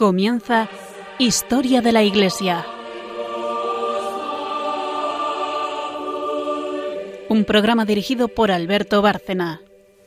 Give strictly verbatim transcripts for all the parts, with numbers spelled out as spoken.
Comienza Historia de la Iglesia. Un programa dirigido por Alberto Bárcena.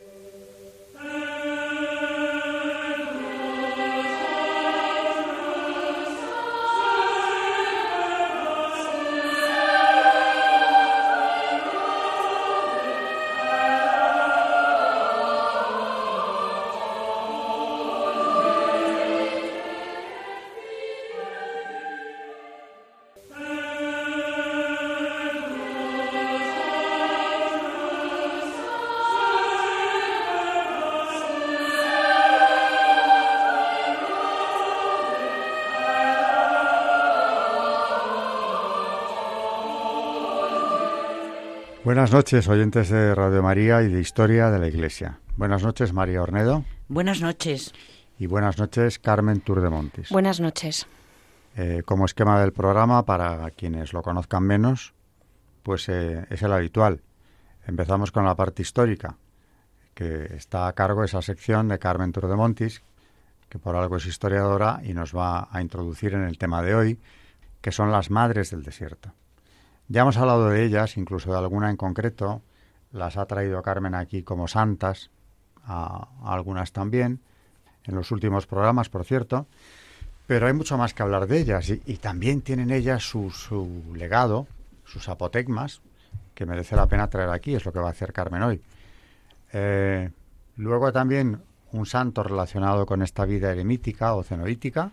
Buenas noches, oyentes de Radio María y de Historia de la Iglesia. Buenas noches, María Ornedo. Buenas noches. Y buenas noches, Carmen Turdemontis. Buenas noches. Eh, como esquema del programa, para quienes lo conozcan menos, pues eh, es el habitual. Empezamos con la parte histórica, que está a cargo de esa sección de Carmen Turdemontis, que por algo es historiadora y nos va a introducir en el tema de hoy, que son las madres del desierto. Ya hemos hablado de ellas, incluso de alguna en concreto, las ha traído Carmen aquí como santas, a, a algunas también, en los últimos programas, por cierto, pero hay mucho más que hablar de ellas y, y también tienen ellas su, su legado, sus apotegmas, que merece la pena traer aquí, es lo que va a hacer Carmen hoy. Eh, luego también un santo relacionado con esta vida eremítica o cenoítica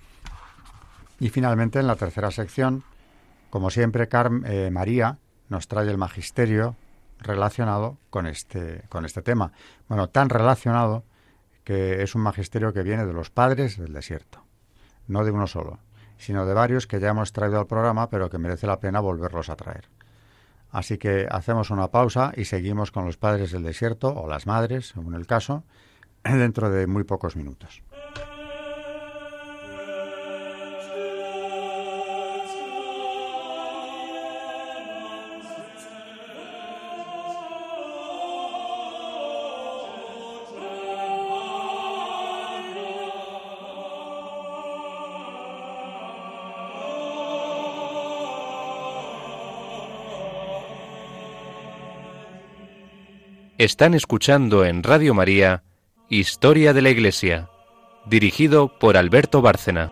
y finalmente en la tercera sección, como siempre, Carm, eh, María nos trae el magisterio relacionado con este, con este tema. Bueno, tan relacionado que es un magisterio que viene de los padres del desierto. No de uno solo, sino de varios que ya hemos traído al programa, pero que merece la pena volverlos a traer. Así que hacemos una pausa y seguimos con los padres del desierto, o las madres, según el caso, dentro de muy pocos minutos. Están escuchando en Radio María Historia de la Iglesia, dirigido por Alberto Bárcena.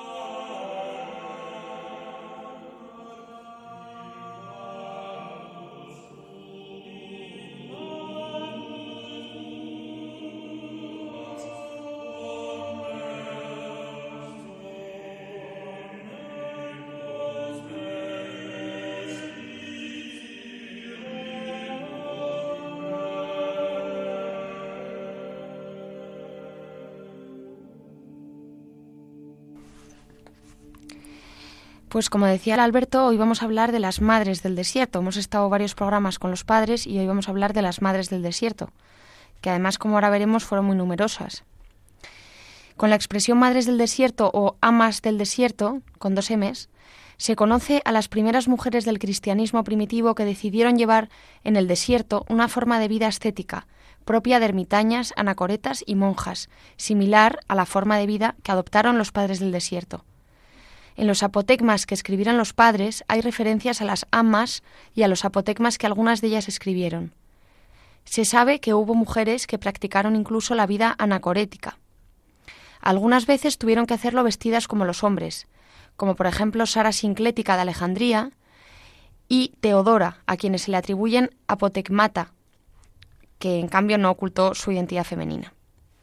Pues como decía el Alberto, hoy vamos a hablar de las madres del desierto. Hemos estado varios programas con los padres y hoy vamos a hablar de las madres del desierto, que además, como ahora veremos, fueron muy numerosas. Con la expresión madres del desierto o amas del desierto, con dos emes, se conoce a las primeras mujeres del cristianismo primitivo que decidieron llevar en el desierto una forma de vida ascética, propia de ermitañas, anacoretas y monjas, similar a la forma de vida que adoptaron los padres del desierto. En los apotegmas que escribieron los padres hay referencias a las amas y a los apotegmas que algunas de ellas escribieron. Se sabe que hubo mujeres que practicaron incluso la vida anacorética. Algunas veces tuvieron que hacerlo vestidas como los hombres, como por ejemplo Sara Sinclética de Alejandría y Teodora, a quienes se le atribuyen apotegmata, que en cambio no ocultó su identidad femenina.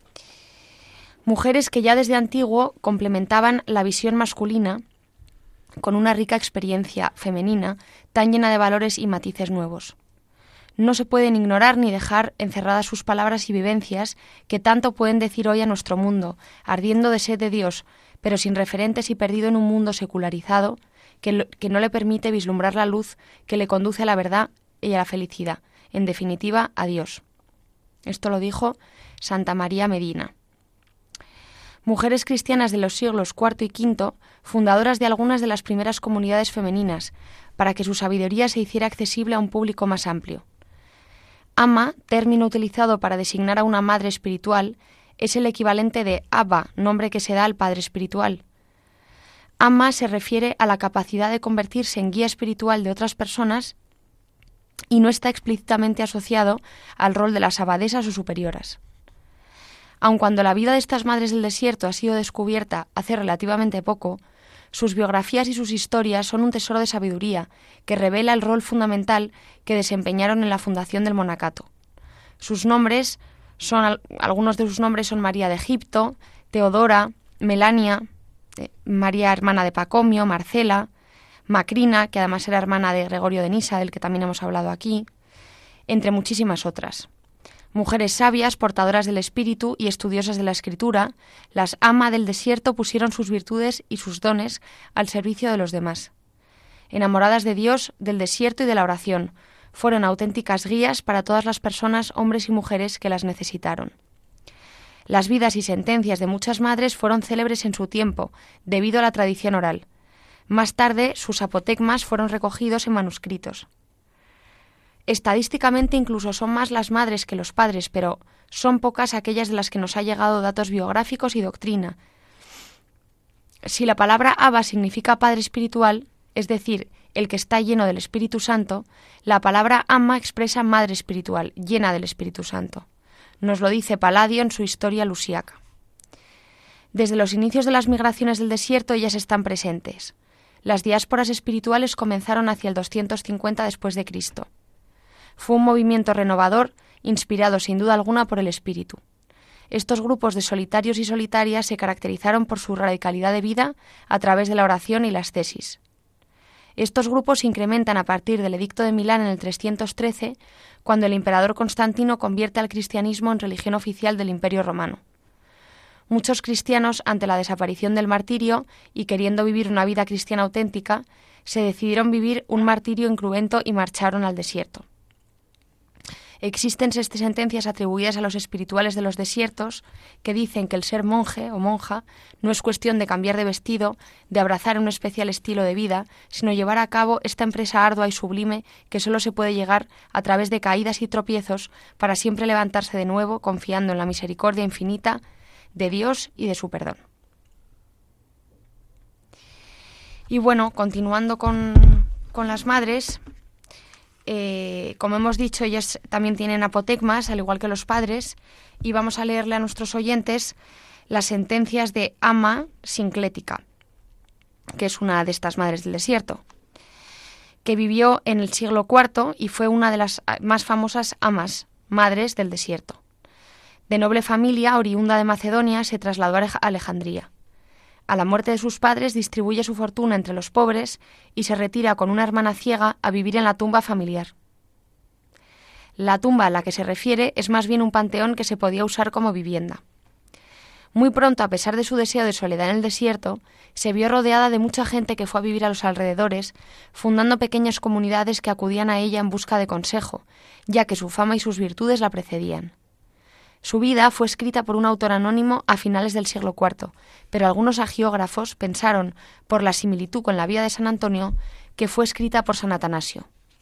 Mujeres que ya desde antiguo complementaban la visión masculina con una rica experiencia femenina tan llena de valores y matices nuevos. No se pueden ignorar ni dejar encerradas sus palabras y vivencias que tanto pueden decir hoy a nuestro mundo, ardiendo de sed de Dios, pero sin referentes y perdido en un mundo secularizado que, lo, que no le permite vislumbrar la luz que le conduce a la verdad y a la felicidad, en definitiva, a Dios. Esto lo dijo Santa María Medina. Mujeres cristianas de los siglos cuarto y quinto, fundadoras de algunas de las primeras comunidades femeninas, para que su sabiduría se hiciera accesible a un público más amplio. Ama, término utilizado para designar a una madre espiritual, es el equivalente de Abba, nombre que se da al Padre espiritual. Amma se refiere a la capacidad de convertirse en guía espiritual de otras personas y no está explícitamente asociado al rol de las abadesas o superioras. Aun cuando la vida de estas madres del desierto ha sido descubierta hace relativamente poco, sus biografías y sus historias son un tesoro de sabiduría que revela el rol fundamental que desempeñaron en la fundación del monacato. Sus nombres son, algunos de sus nombres son María de Egipto, Teodora, Melania, María hermana de Pacomio, Marcela, Macrina, que además era hermana de Gregorio de Nisa, del que también hemos hablado aquí, entre muchísimas otras. Mujeres sabias, portadoras del espíritu y estudiosas de la escritura, las ama del desierto pusieron sus virtudes y sus dones al servicio de los demás. Enamoradas de Dios, del desierto y de la oración, fueron auténticas guías para todas las personas, hombres y mujeres que las necesitaron. Las vidas y sentencias de muchas madres fueron célebres en su tiempo, debido a la tradición oral. Más tarde, sus apotegmas fueron recogidos en manuscritos. Estadísticamente incluso son más las madres que los padres, pero son pocas aquellas de las que nos ha llegado datos biográficos y doctrina. Si la palabra Abba significa Padre espiritual, es decir, el que está lleno del Espíritu Santo, la palabra Amma expresa Madre espiritual, llena del Espíritu Santo. Nos lo dice Palladio en su Historia Lusiaca. Desde los inicios de las migraciones del desierto ellas están presentes. Las diásporas espirituales comenzaron hacia el doscientos cincuenta después de Cristo. Fue un movimiento renovador, inspirado sin duda alguna por el Espíritu. Estos grupos de solitarios y solitarias se caracterizaron por su radicalidad de vida a través de la oración y las tesis. Estos grupos se incrementan a partir del Edicto de Milán en el trescientos trece, cuando el emperador Constantino convierte al cristianismo en religión oficial del Imperio Romano. Muchos cristianos, ante la desaparición del martirio y queriendo vivir una vida cristiana auténtica, se decidieron vivir un martirio incruento y marcharon al desierto. Existen sentencias atribuidas a los espirituales de los desiertos que dicen que el ser monje o monja no es cuestión de cambiar de vestido, de abrazar un especial estilo de vida, sino llevar a cabo esta empresa ardua y sublime que solo se puede llegar a través de caídas y tropiezos para siempre levantarse de nuevo confiando en la misericordia infinita de Dios y de su perdón. Y bueno, continuando con, con las madres... Eh, como hemos dicho, ellas también tienen apotegmas, al igual que los padres, y vamos a leerle a nuestros oyentes las sentencias de Amma Sinclética, que es una de estas madres del desierto, que vivió en el siglo cuarto y fue una de las más famosas amas, madres del desierto. De noble familia, oriunda de Macedonia, se trasladó a Alejandría. A la muerte de sus padres distribuye su fortuna entre los pobres y se retira con una hermana ciega a vivir en la tumba familiar. La tumba a la que se refiere es más bien un panteón que se podía usar como vivienda. Muy pronto, a pesar de su deseo de soledad en el desierto, se vio rodeada de mucha gente que fue a vivir a los alrededores, fundando pequeñas comunidades que acudían a ella en busca de consejo, ya que su fama y sus virtudes la precedían. Su vida fue escrita por un autor anónimo a finales del siglo cuarto, pero algunos agiógrafos pensaron, por la similitud con la vida de San Antonio, que fue escrita por San Atanasio.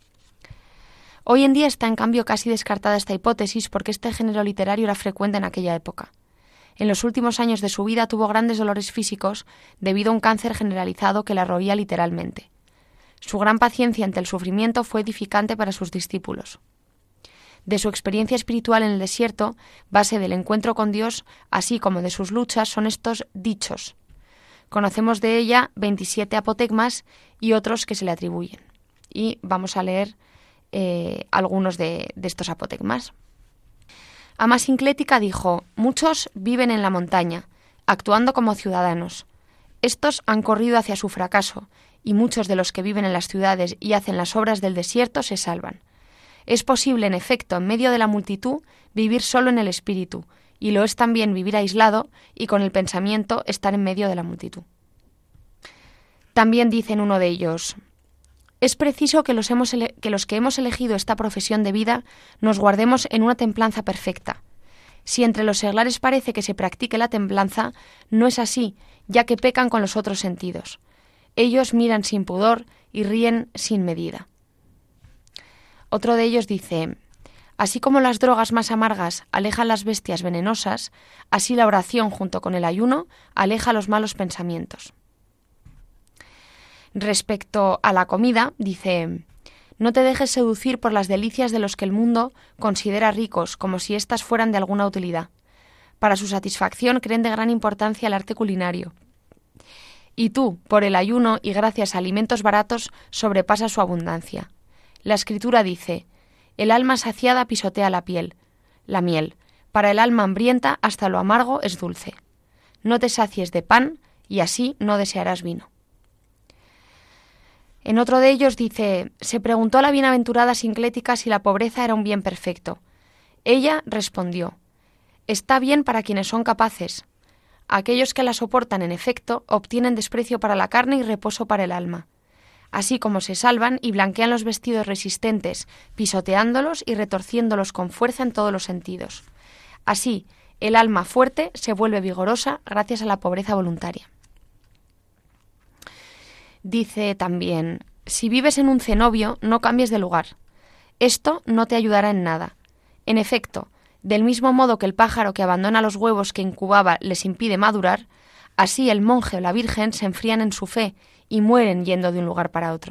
Hoy en día está en cambio casi descartada esta hipótesis porque este género literario era frecuente en aquella época. En los últimos años de su vida tuvo grandes dolores físicos debido a un cáncer generalizado que la roía literalmente. Su gran paciencia ante el sufrimiento fue edificante para sus discípulos. De su experiencia espiritual en el desierto, base del encuentro con Dios, así como de sus luchas, son estos dichos. Conocemos de ella veintisiete apotegmas y otros que se le atribuyen. Y vamos a leer eh, algunos de, de estos apotegmas. Amma Sinclética dijo: muchos viven en la montaña, actuando como ciudadanos. Estos han corrido hacia su fracaso, y muchos de los que viven en las ciudades y hacen las obras del desierto se salvan. Es posible, en efecto, en medio de la multitud, vivir solo en el espíritu, y lo es también vivir aislado y con el pensamiento estar en medio de la multitud. También dicen uno de ellos: es preciso que los, hemos ele- que los que hemos elegido esta profesión de vida nos guardemos en una templanza perfecta. Si entre los seglares parece que se practique la templanza, no es así, ya que pecan con los otros sentidos. Ellos miran sin pudor y ríen sin medida. Otro de ellos dice: Así como las drogas más amargas alejan las bestias venenosas, así la oración junto con el ayuno aleja los malos pensamientos. Respecto a la comida, dice: no te dejes seducir por las delicias de los que el mundo considera ricos, como si éstas fueran de alguna utilidad. Para su satisfacción creen de gran importancia el arte culinario. Y tú, por el ayuno y gracias a alimentos baratos, sobrepasas su abundancia. La Escritura dice: el alma saciada pisotea la piel, la miel. Para el alma hambrienta hasta lo amargo es dulce. No te sacies de pan y así no desearás vino. En otro de ellos dice: se preguntó a la bienaventurada Sinclética si la pobreza era un bien perfecto. Ella respondió: está bien para quienes son capaces. Aquellos que la soportan, en efecto, obtienen desprecio para la carne y reposo para el alma. Así como se salvan y blanquean los vestidos resistentes, pisoteándolos y retorciéndolos con fuerza en todos los sentidos. Así, el alma fuerte se vuelve vigorosa gracias a la pobreza voluntaria. Dice también: si vives en un cenobio, no cambies de lugar. Esto no te ayudará en nada. En efecto, del mismo modo que el pájaro que abandona los huevos que incubaba les impide madurar, así el monje o la virgen se enfrían en su fe y mueren yendo de un lugar para otro.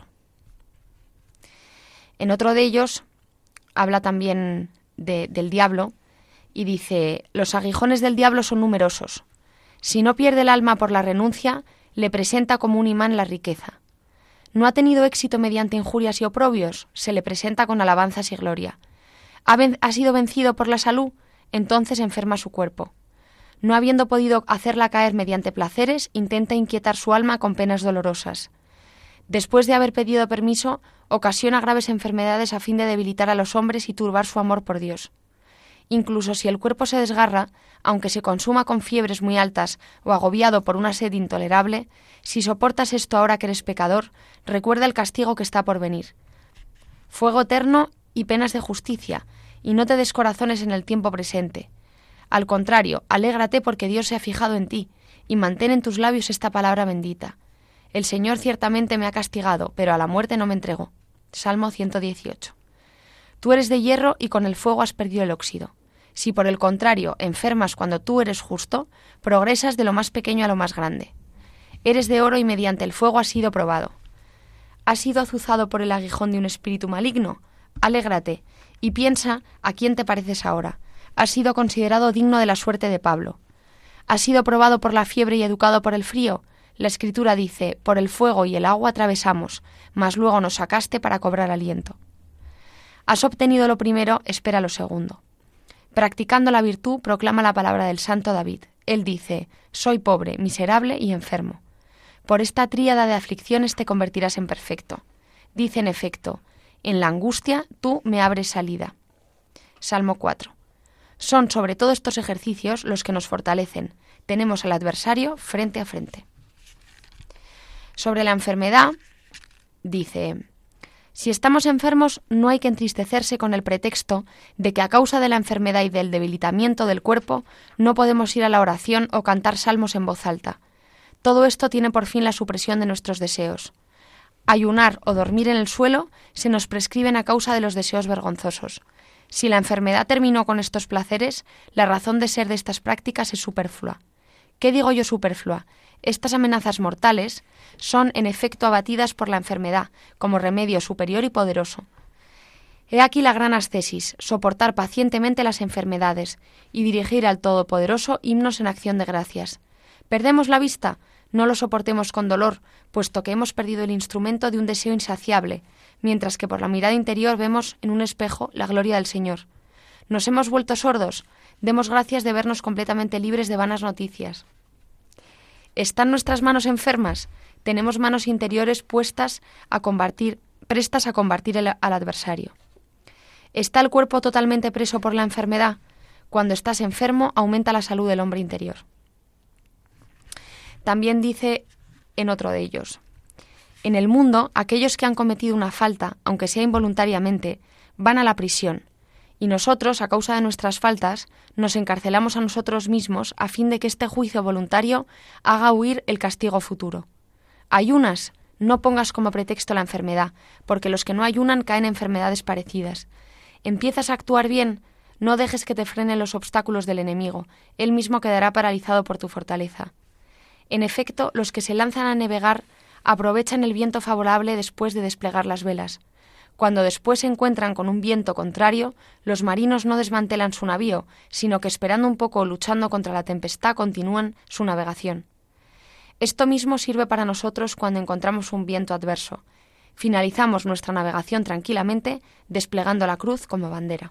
En otro de ellos habla también de, del diablo y dice: los aguijones del diablo son numerosos. Si no pierde el alma por la renuncia, le presenta como un imán la riqueza. No ha tenido éxito mediante injurias y oprobios, se le presenta con alabanzas y gloria. Ha, ven- ha sido vencido por la salud, entonces enferma su cuerpo. No habiendo podido hacerla caer mediante placeres, intenta inquietar su alma con penas dolorosas. Después de haber pedido permiso, ocasiona graves enfermedades a fin de debilitar a los hombres y turbar su amor por Dios. Incluso si el cuerpo se desgarra, aunque se consuma con fiebres muy altas o agobiado por una sed intolerable, si soportas esto ahora que eres pecador, recuerda el castigo que está por venir. Fuego eterno y penas de justicia, y no te descorazones en el tiempo presente. Al contrario, alégrate porque Dios se ha fijado en ti, y mantén en tus labios esta palabra bendita. El Señor ciertamente me ha castigado, pero a la muerte no me entregó. Salmo ciento dieciocho. Tú eres de hierro y con el fuego has perdido el óxido. Si por el contrario enfermas cuando tú eres justo, progresas de lo más pequeño a lo más grande. Eres de oro y mediante el fuego has sido probado. ¿Has sido azuzado por el aguijón de un espíritu maligno? Alégrate y piensa a quién te pareces ahora. Has sido considerado digno de la suerte de Pablo. ¿Has sido probado por la fiebre y educado por el frío? La Escritura dice: por el fuego y el agua atravesamos, mas luego nos sacaste para cobrar aliento. Has obtenido lo primero, espera lo segundo. Practicando la virtud, proclama la palabra del santo David. Él dice: soy pobre, miserable y enfermo. Por esta tríada de aflicciones te convertirás en perfecto. Dice en efecto: en la angustia tú me abres salida. Salmo cuatro. Son sobre todo estos ejercicios los que nos fortalecen. Tenemos al adversario frente a frente. Sobre la enfermedad, dice: si estamos enfermos, no hay que entristecerse con el pretexto de que a causa de la enfermedad y del debilitamiento del cuerpo no podemos ir a la oración o cantar salmos en voz alta. Todo esto tiene por fin la supresión de nuestros deseos. Ayunar o dormir en el suelo se nos prescriben a causa de los deseos vergonzosos. Si la enfermedad terminó con estos placeres, la razón de ser de estas prácticas es superflua. ¿Qué digo yo superflua? Estas amenazas mortales son en efecto abatidas por la enfermedad como remedio superior y poderoso. He aquí la gran ascesis: soportar pacientemente las enfermedades y dirigir al Todopoderoso himnos en acción de gracias. ¿Perdemos la vista? No lo soportemos con dolor, puesto que hemos perdido el instrumento de un deseo insaciable, mientras que por la mirada interior vemos en un espejo la gloria del Señor. ¿Nos hemos vuelto sordos? Demos gracias de vernos completamente libres de vanas noticias. ¿Están nuestras manos enfermas? Tenemos manos interiores puestas a combatir, prestas a combatir el, al adversario. ¿Está el cuerpo totalmente preso por la enfermedad? Cuando estás enfermo, aumenta la salud del hombre interior. También dice en otro de ellos: en el mundo, aquellos que han cometido una falta, aunque sea involuntariamente, van a la prisión, y nosotros, a causa de nuestras faltas, nos encarcelamos a nosotros mismos a fin de que este juicio voluntario haga huir el castigo futuro. Ayunas, no pongas como pretexto la enfermedad, porque los que no ayunan caen en enfermedades parecidas. ¿Empiezas a actuar bien? No dejes que te frenen los obstáculos del enemigo. Él mismo quedará paralizado por tu fortaleza. En efecto, los que se lanzan a navegar aprovechan el viento favorable después de desplegar las velas. Cuando después se encuentran con un viento contrario, los marinos no desmantelan su navío, sino que esperando un poco o luchando contra la tempestad continúan su navegación. Esto mismo sirve para nosotros cuando encontramos un viento adverso. Finalizamos nuestra navegación tranquilamente, desplegando la cruz como bandera.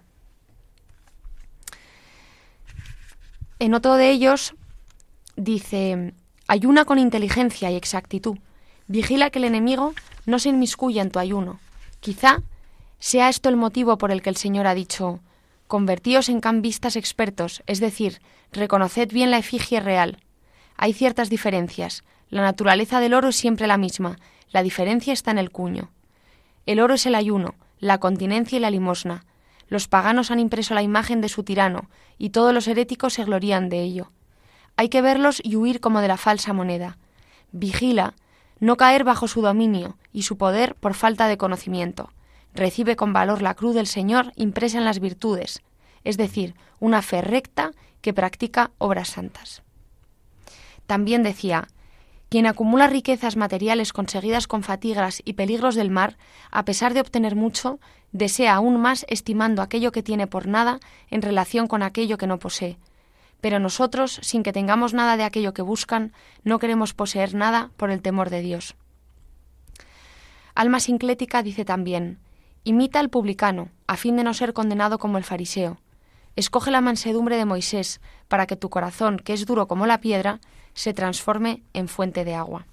En otro de ellos dice: ayuna con inteligencia y exactitud. Vigila que el enemigo no se inmiscuya en tu ayuno. Quizá sea esto el motivo por el que el Señor ha dicho: convertíos en cambistas expertos, es decir, reconoced bien la efigie real. Hay ciertas diferencias. La naturaleza del oro es siempre la misma. La diferencia está en el cuño. El oro es el ayuno, la continencia y la limosna. Los paganos han impreso la imagen de su tirano, y todos los heréticos se glorían de ello. Hay que verlos y huir como de la falsa moneda. Vigila no caer bajo su dominio y su poder por falta de conocimiento. Recibe con valor la cruz del Señor impresa en las virtudes, es decir, una fe recta que practica obras santas. También decía: quien acumula riquezas materiales conseguidas con fatigas y peligros del mar, a pesar de obtener mucho, desea aún más estimando aquello que tiene por nada en relación con aquello que no posee. Pero nosotros, sin que tengamos nada de aquello que buscan, no queremos poseer nada por el temor de Dios. Alma Sinclética dice también: imita al publicano, a fin de no ser condenado como el fariseo. Escoge la mansedumbre de Moisés, para que tu corazón, que es duro como la piedra, se transforme en fuente de agua.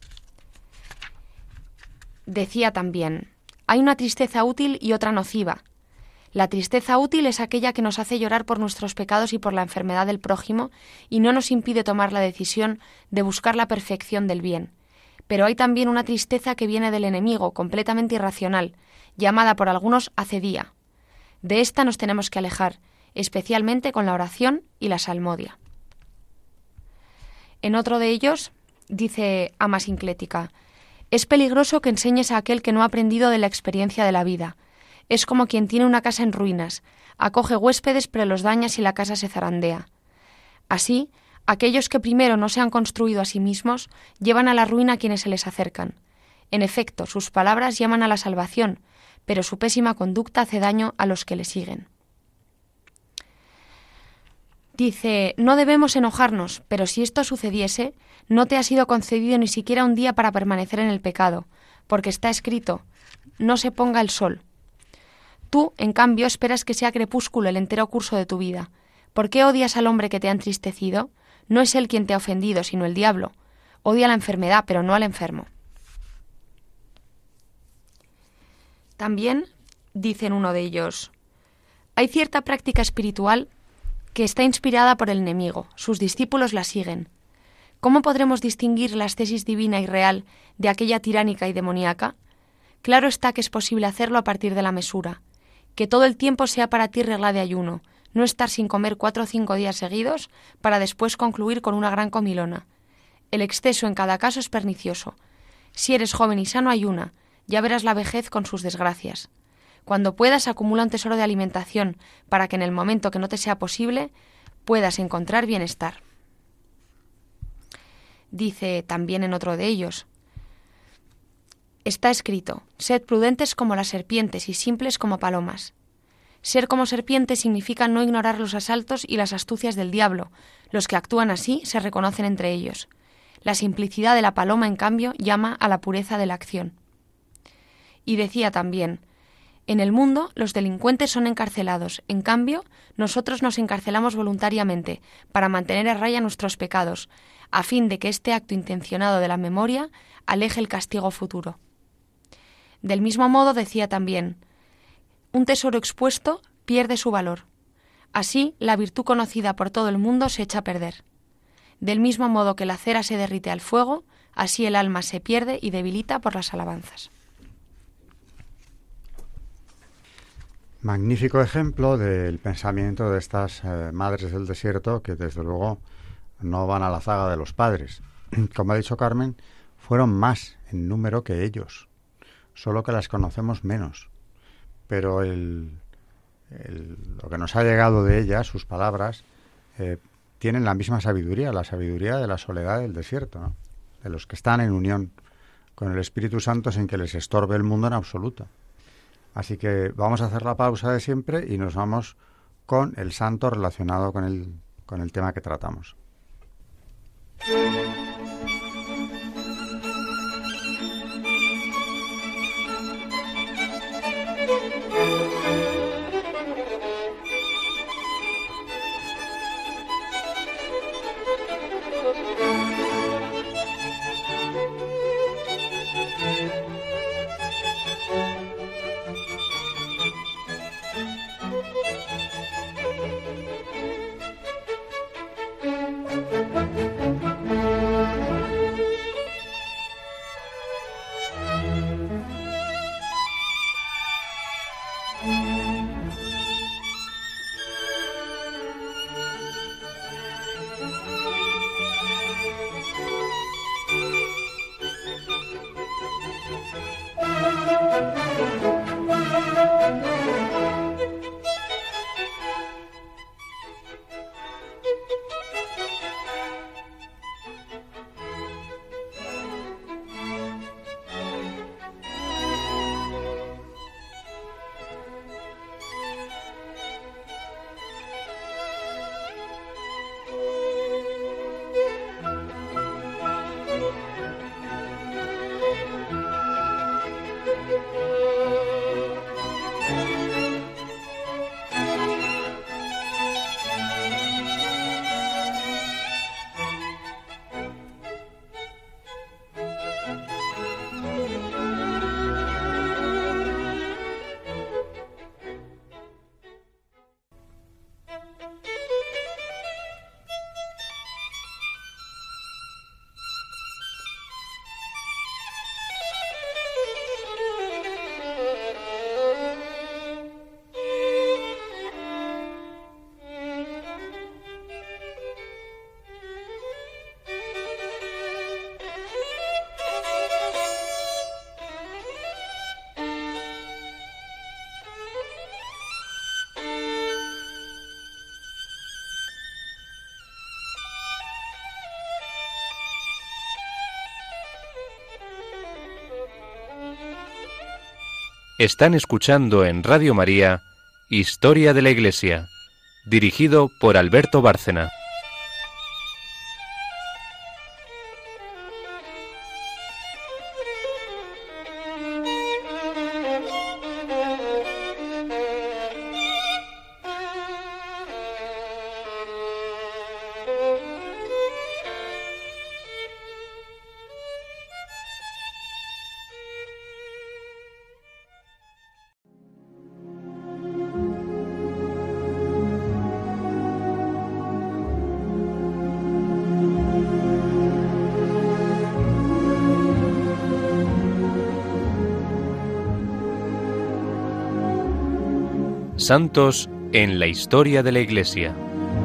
Decía también: hay una tristeza útil y otra nociva. La tristeza útil es aquella que nos hace llorar por nuestros pecados y por la enfermedad del prójimo y no nos impide tomar la decisión de buscar la perfección del bien. Pero hay también una tristeza que viene del enemigo, completamente irracional, llamada por algunos acedía. De esta nos tenemos que alejar, especialmente con la oración y la salmodia. En otro de ellos, dice Ama Sinclética: es peligroso que enseñes a aquel que no ha aprendido de la experiencia de la vida. Es como quien tiene una casa en ruinas, acoge huéspedes pero los daña si la casa se zarandea. Así, aquellos que primero no se han construido a sí mismos llevan a la ruina a quienes se les acercan. En efecto, sus palabras llaman a la salvación, pero su pésima conducta hace daño a los que le siguen. Dice: no debemos enojarnos, pero si esto sucediese, no te ha sido concedido ni siquiera un día para permanecer en el pecado, porque está escrito: no se ponga el sol. Tú, en cambio, esperas que sea crepúsculo el entero curso de tu vida. ¿Por qué odias al hombre que te ha entristecido? No es él quien te ha ofendido, sino el diablo. Odia la enfermedad, pero no al enfermo. También dicen uno de ellos: hay cierta práctica espiritual que está inspirada por el enemigo. Sus discípulos la siguen. ¿Cómo podremos distinguir la ascesis divina y real de aquella tiránica y demoníaca? Claro está que es posible hacerlo a partir de la mesura. Que todo el tiempo sea para ti regla de ayuno, no estar sin comer cuatro o cinco días seguidos para después concluir con una gran comilona. El exceso en cada caso es pernicioso. Si eres joven y sano, ayuna, ya verás la vejez con sus desgracias. Cuando puedas, acumula un tesoro de alimentación para que en el momento que no te sea posible puedas encontrar bienestar. Dice también en otro de ellos: está escrito: sed prudentes como las serpientes y simples como palomas. Ser como serpiente significa no ignorar los asaltos y las astucias del diablo. Los que actúan así se reconocen entre ellos. La simplicidad de la paloma, en cambio, llama a la pureza de la acción. Y decía también: en el mundo los delincuentes son encarcelados, en cambio nosotros nos encarcelamos voluntariamente para mantener a raya nuestros pecados, a fin de que este acto intencionado de la memoria aleje el castigo futuro. Del mismo modo decía también: un tesoro expuesto pierde su valor. Así la virtud conocida por todo el mundo se echa a perder. Del mismo modo que la cera se derrite al fuego, así el alma se pierde y debilita por las alabanzas. Magnífico ejemplo del pensamiento de estas eh, madres del desierto, que desde luego no van a la zaga de los padres. Como ha dicho Carmen, fueron más en número que ellos, solo que las conocemos menos. Pero el, el, lo que nos ha llegado de ella, sus palabras, eh, tienen la misma sabiduría, la sabiduría de la soledad del desierto, ¿no? De los que están en unión con el Espíritu Santo sin que les estorbe el mundo en absoluto. Así que vamos a hacer la pausa de siempre y nos vamos con el santo relacionado con el, con el tema que tratamos. Están escuchando en Radio María Historia de la Iglesia, dirigido por Alberto Bárcena. Santos en la historia de la Iglesia.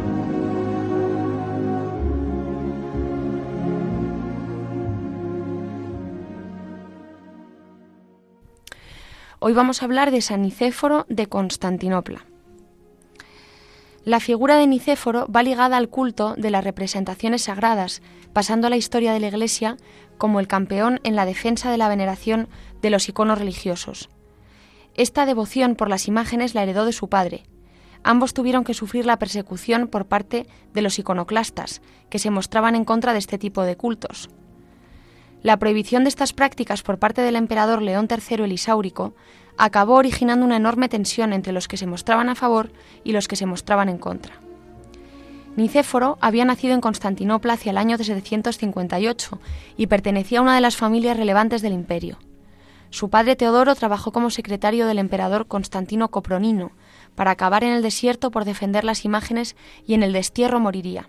Hoy vamos a hablar de San Nicéforo de Constantinopla. La figura de Nicéforo va ligada al culto de las representaciones sagradas, pasando a la historia de la Iglesia como el campeón en la defensa de la veneración de los iconos religiosos. Esta devoción por las imágenes la heredó de su padre. Ambos tuvieron que sufrir la persecución por parte de los iconoclastas, que se mostraban en contra de este tipo de cultos. La prohibición de estas prácticas por parte del emperador León tercero el Isáurico acabó originando una enorme tensión entre los que se mostraban a favor y los que se mostraban en contra. Nicéforo había nacido en Constantinopla hacia el año de setecientos cincuenta y ocho y pertenecía a una de las familias relevantes del imperio. Su padre Teodoro trabajó como secretario del emperador Constantino Copronino para acabar en el desierto por defender las imágenes y en el destierro moriría.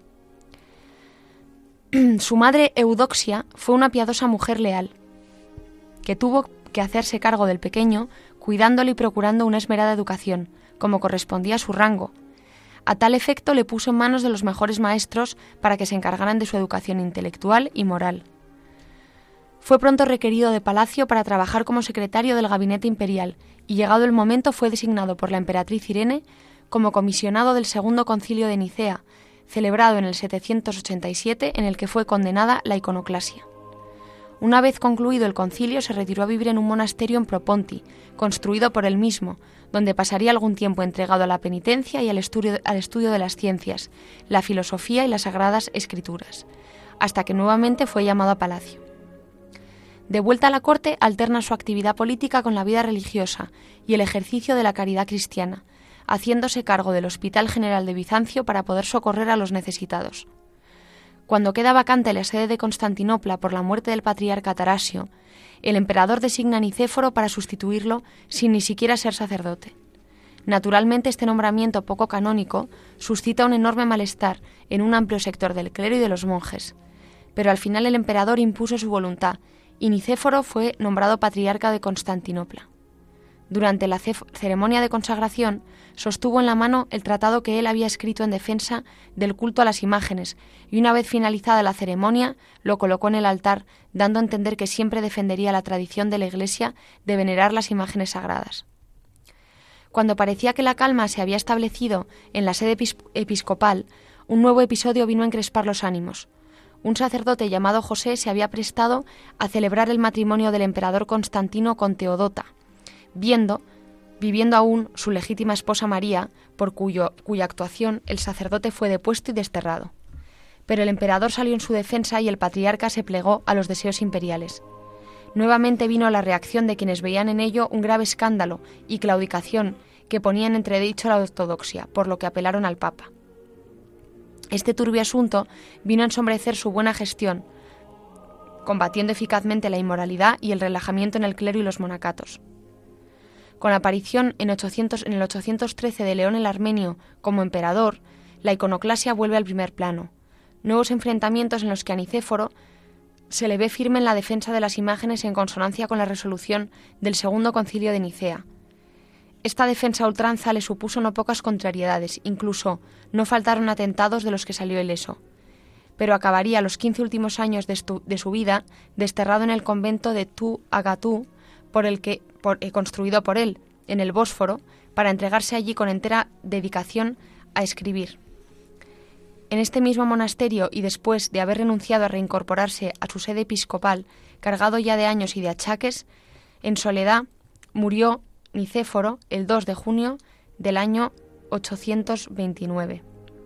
Su madre Eudoxia fue una piadosa mujer leal, que tuvo que hacerse cargo del pequeño, cuidándole y procurando una esmerada educación, como correspondía a su rango. A tal efecto le puso en manos de los mejores maestros para que se encargaran de su educación intelectual y moral. Fue pronto requerido de palacio para trabajar como secretario del gabinete imperial y, llegado el momento, fue designado por la emperatriz Irene como comisionado del Segundo Concilio de Nicea, celebrado en el setecientos ochenta y siete, en el que fue condenada la iconoclasia. Una vez concluido el concilio, se retiró a vivir en un monasterio en Proponti, construido por él mismo, donde pasaría algún tiempo entregado a la penitencia y al estudio, al estudio de las ciencias, la filosofía y las sagradas escrituras, hasta que nuevamente fue llamado a palacio. De vuelta a la corte, alterna su actividad política con la vida religiosa y el ejercicio de la caridad cristiana, haciéndose cargo del Hospital General de Bizancio para poder socorrer a los necesitados. Cuando queda vacante la sede de Constantinopla por la muerte del patriarca Tarasio, el emperador designa a Nicéforo para sustituirlo sin ni siquiera ser sacerdote. Naturalmente, este nombramiento poco canónico suscita un enorme malestar en un amplio sector del clero y de los monjes, pero al final el emperador impuso su voluntad y Nicéforo fue nombrado patriarca de Constantinopla. Durante la ceremonia de consagración, sostuvo en la mano el tratado que él había escrito en defensa del culto a las imágenes y, una vez finalizada la ceremonia, lo colocó en el altar, dando a entender que siempre defendería la tradición de la Iglesia de venerar las imágenes sagradas. Cuando parecía que la calma se había establecido en la sede episcopal, un nuevo episodio vino a encrespar los ánimos. Un sacerdote llamado José se había prestado a celebrar el matrimonio del emperador Constantino con Teodota, viendo, viviendo aún su legítima esposa María, por cuyo, cuya actuación el sacerdote fue depuesto y desterrado. Pero el emperador salió en su defensa y el patriarca se plegó a los deseos imperiales. Nuevamente vino la reacción de quienes veían en ello un grave escándalo y claudicación que ponían en entredicho la ortodoxia, por lo que apelaron al Papa. Este turbio asunto vino a ensombrecer su buena gestión, combatiendo eficazmente la inmoralidad y el relajamiento en el clero y los monacatos. Con la aparición en, ochocientos, en el ochocientos trece de León el Armenio como emperador, la iconoclasia vuelve al primer plano. Nuevos enfrentamientos en los que a Nicéforo se le ve firme en la defensa de las imágenes en consonancia con la resolución del Segundo Concilio de Nicea. Esta defensa a ultranza le supuso no pocas contrariedades, incluso no faltaron atentados de los que salió ileso. Pero acabaría los quince últimos años de, estu- de su vida desterrado en el convento de Tú Agatú, por el que por, eh, construido por él en el Bósforo, para entregarse allí con entera dedicación a escribir. En este mismo monasterio, y después de haber renunciado a reincorporarse a su sede episcopal, cargado ya de años y de achaques, en soledad murió Nicéforo el dos de junio del año ochocientos veintinueve.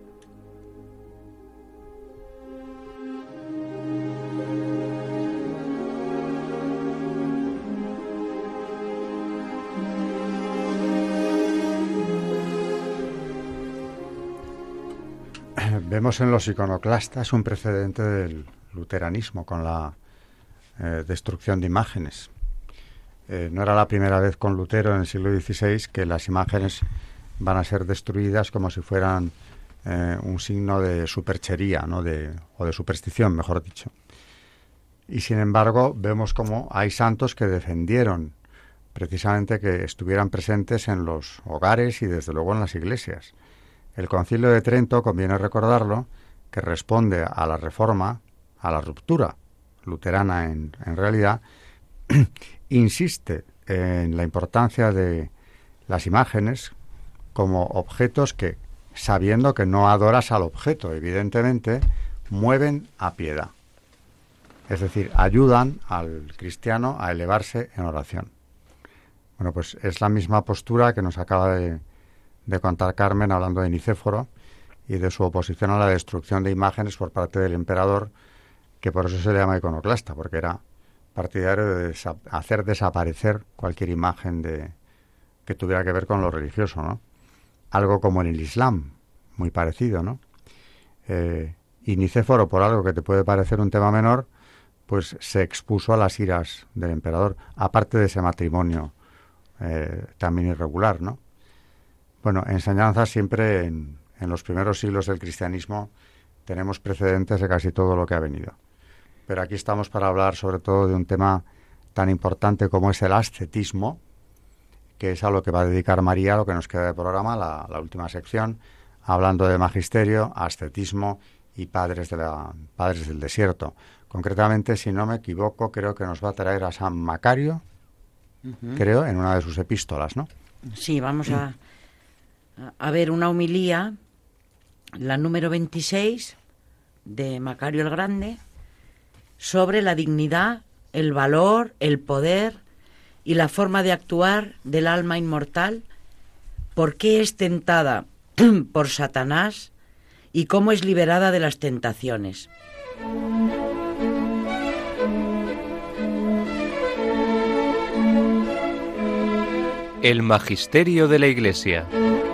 Vemos en los iconoclastas un precedente del luteranismo con la eh, destrucción de imágenes. Eh, no era la primera vez con Lutero en el siglo dieciséis que las imágenes van a ser destruidas como si fueran eh, un signo de superchería, ¿no? de, o de superstición, mejor dicho. Y sin embargo, vemos como hay santos que defendieron precisamente que estuvieran presentes en los hogares y desde luego en las iglesias. El Concilio de Trento, conviene recordarlo, que responde a la reforma, a la ruptura luterana en, en realidad, insiste en la importancia de las imágenes como objetos que, sabiendo que no adoras al objeto, evidentemente, mueven a piedad. Es decir, ayudan al cristiano a elevarse en oración. Bueno, pues es la misma postura que nos acaba de, de contar Carmen hablando de Nicéforo y de su oposición a la destrucción de imágenes por parte del emperador, que por eso se le llama iconoclasta, porque era partidario de desa- hacer desaparecer cualquier imagen de que tuviera que ver con lo religioso, ¿no? Algo como en el Islam, muy parecido, ¿no? Eh, y Nicéforo, por algo que te puede parecer un tema menor, pues se expuso a las iras del emperador, aparte de ese matrimonio eh, también irregular, ¿no? Bueno, enseñanzas siempre en, en los primeros siglos del cristianismo tenemos precedentes de casi todo lo que ha venido. Pero aquí estamos para hablar sobre todo de un tema tan importante como es el ascetismo, que es a lo que va a dedicar María, a lo que nos queda de programa, la, la última sección, hablando de magisterio, ascetismo y padres, de la, padres del desierto. Concretamente, si no me equivoco, creo que nos va a traer a San Macario, uh-huh. creo, en una de sus epístolas, ¿no? Sí, vamos a, a ver una homilía, la número veintiséis, de Macario el Grande, sobre la dignidad, el valor, el poder y la forma de actuar del alma inmortal, por qué es tentada por Satanás y cómo es liberada de las tentaciones. El Magisterio de la Iglesia.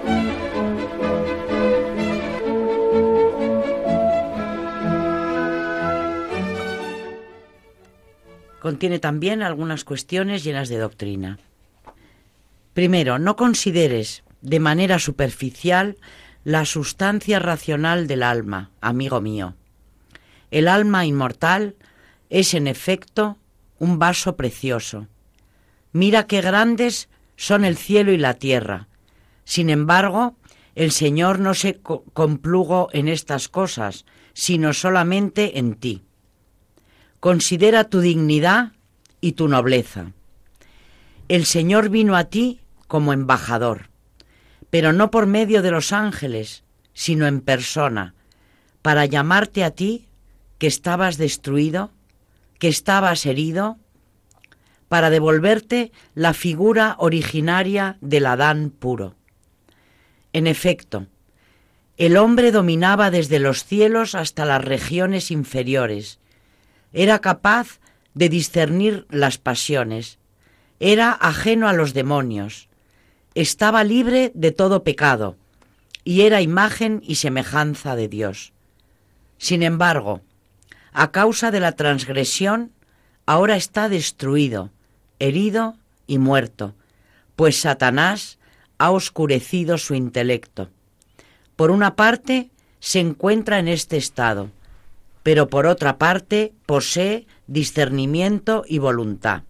Contiene también algunas cuestiones llenas de doctrina. Primero, no consideres de manera superficial la sustancia racional del alma, amigo mío. El alma inmortal es, en efecto, un vaso precioso. Mira qué grandes son el cielo y la tierra. Sin embargo, el Señor no se co- complugo en estas cosas, sino solamente en ti. Considera tu dignidad y tu nobleza. El Señor vino a ti como embajador, pero no por medio de los ángeles, sino en persona, para llamarte a ti, que estabas destruido, que estabas herido, para devolverte la figura originaria del Adán puro. En efecto, el hombre dominaba desde los cielos hasta las regiones inferiores. Era capaz de discernir las pasiones, era ajeno a los demonios, estaba libre de todo pecado y era imagen y semejanza de Dios. Sin embargo, a causa de la transgresión, ahora está destruido, herido y muerto, pues Satanás ha oscurecido su intelecto. Por una parte, se encuentra en este estado, pero por otra parte posee discernimiento y voluntad.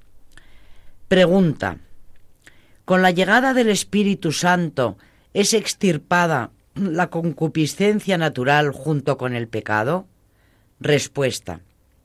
Pregunta: ¿con la llegada del Espíritu Santo es extirpada la concupiscencia natural junto con el pecado? Respuesta: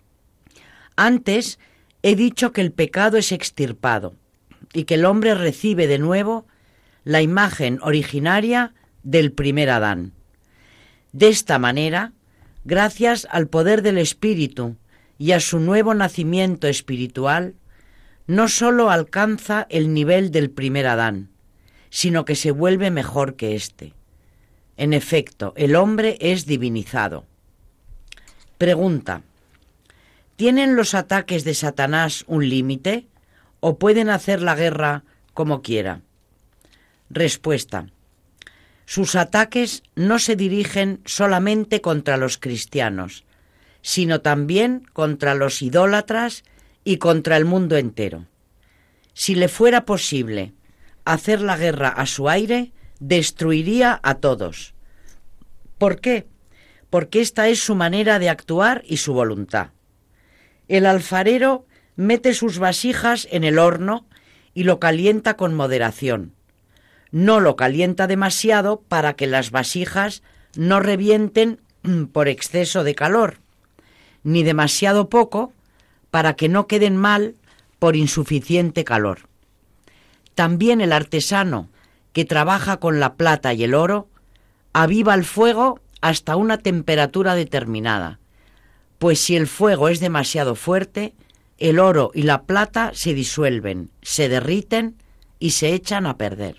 antes he dicho que el pecado es extirpado y que el hombre recibe de nuevo la imagen originaria del primer Adán. De esta manera, gracias al poder del Espíritu y a su nuevo nacimiento espiritual, no sólo alcanza el nivel del primer Adán, sino que se vuelve mejor que éste. En efecto, el hombre es divinizado. Pregunta: ¿tienen los ataques de Satanás un límite o pueden hacer la guerra como quiera? Respuesta: sus ataques no se dirigen solamente contra los cristianos, sino también contra los idólatras y contra el mundo entero. Si le fuera posible hacer la guerra a su aire, destruiría a todos. ¿Por qué? Porque esta es su manera de actuar y su voluntad. El alfarero mete sus vasijas en el horno y lo calienta con moderación. No lo calienta demasiado para que las vasijas no revienten por exceso de calor, ni demasiado poco para que no queden mal por insuficiente calor. También el artesano que trabaja con la plata y el oro aviva el fuego hasta una temperatura determinada, pues si el fuego es demasiado fuerte, el oro y la plata se disuelven, se derriten y se echan a perder.